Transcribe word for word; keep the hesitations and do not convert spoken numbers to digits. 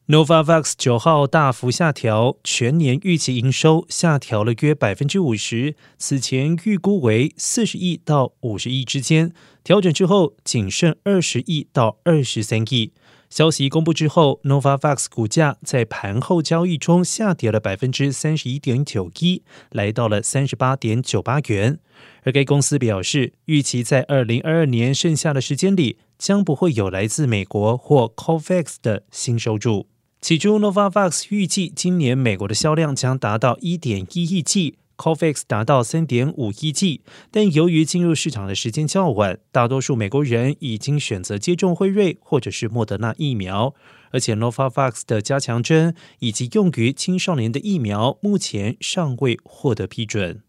Novavax 九号大幅下调全年预期营收，下调了约 百分之五十， 此前预估为四十亿到五十亿之间，调整之后仅剩二十亿到二十三亿。消息公布之后 ，Novavax 股价在盘后交易中下跌了 百分之三十一点九一， 来到了 三十八点九八元。而该公司表示，预期在二零二二年剩下的时间里，将不会有来自美国或 COVAX 的新收入。起初 Novavax 预计今年美国的销量将达到 一点一亿剂， COVAX 达到 三点五亿剂，但由于进入市场的时间较晚，大多数美国人已经选择接种辉瑞或者是莫德纳疫苗，而且 Novavax 的加强针以及用于青少年的疫苗目前尚未获得批准。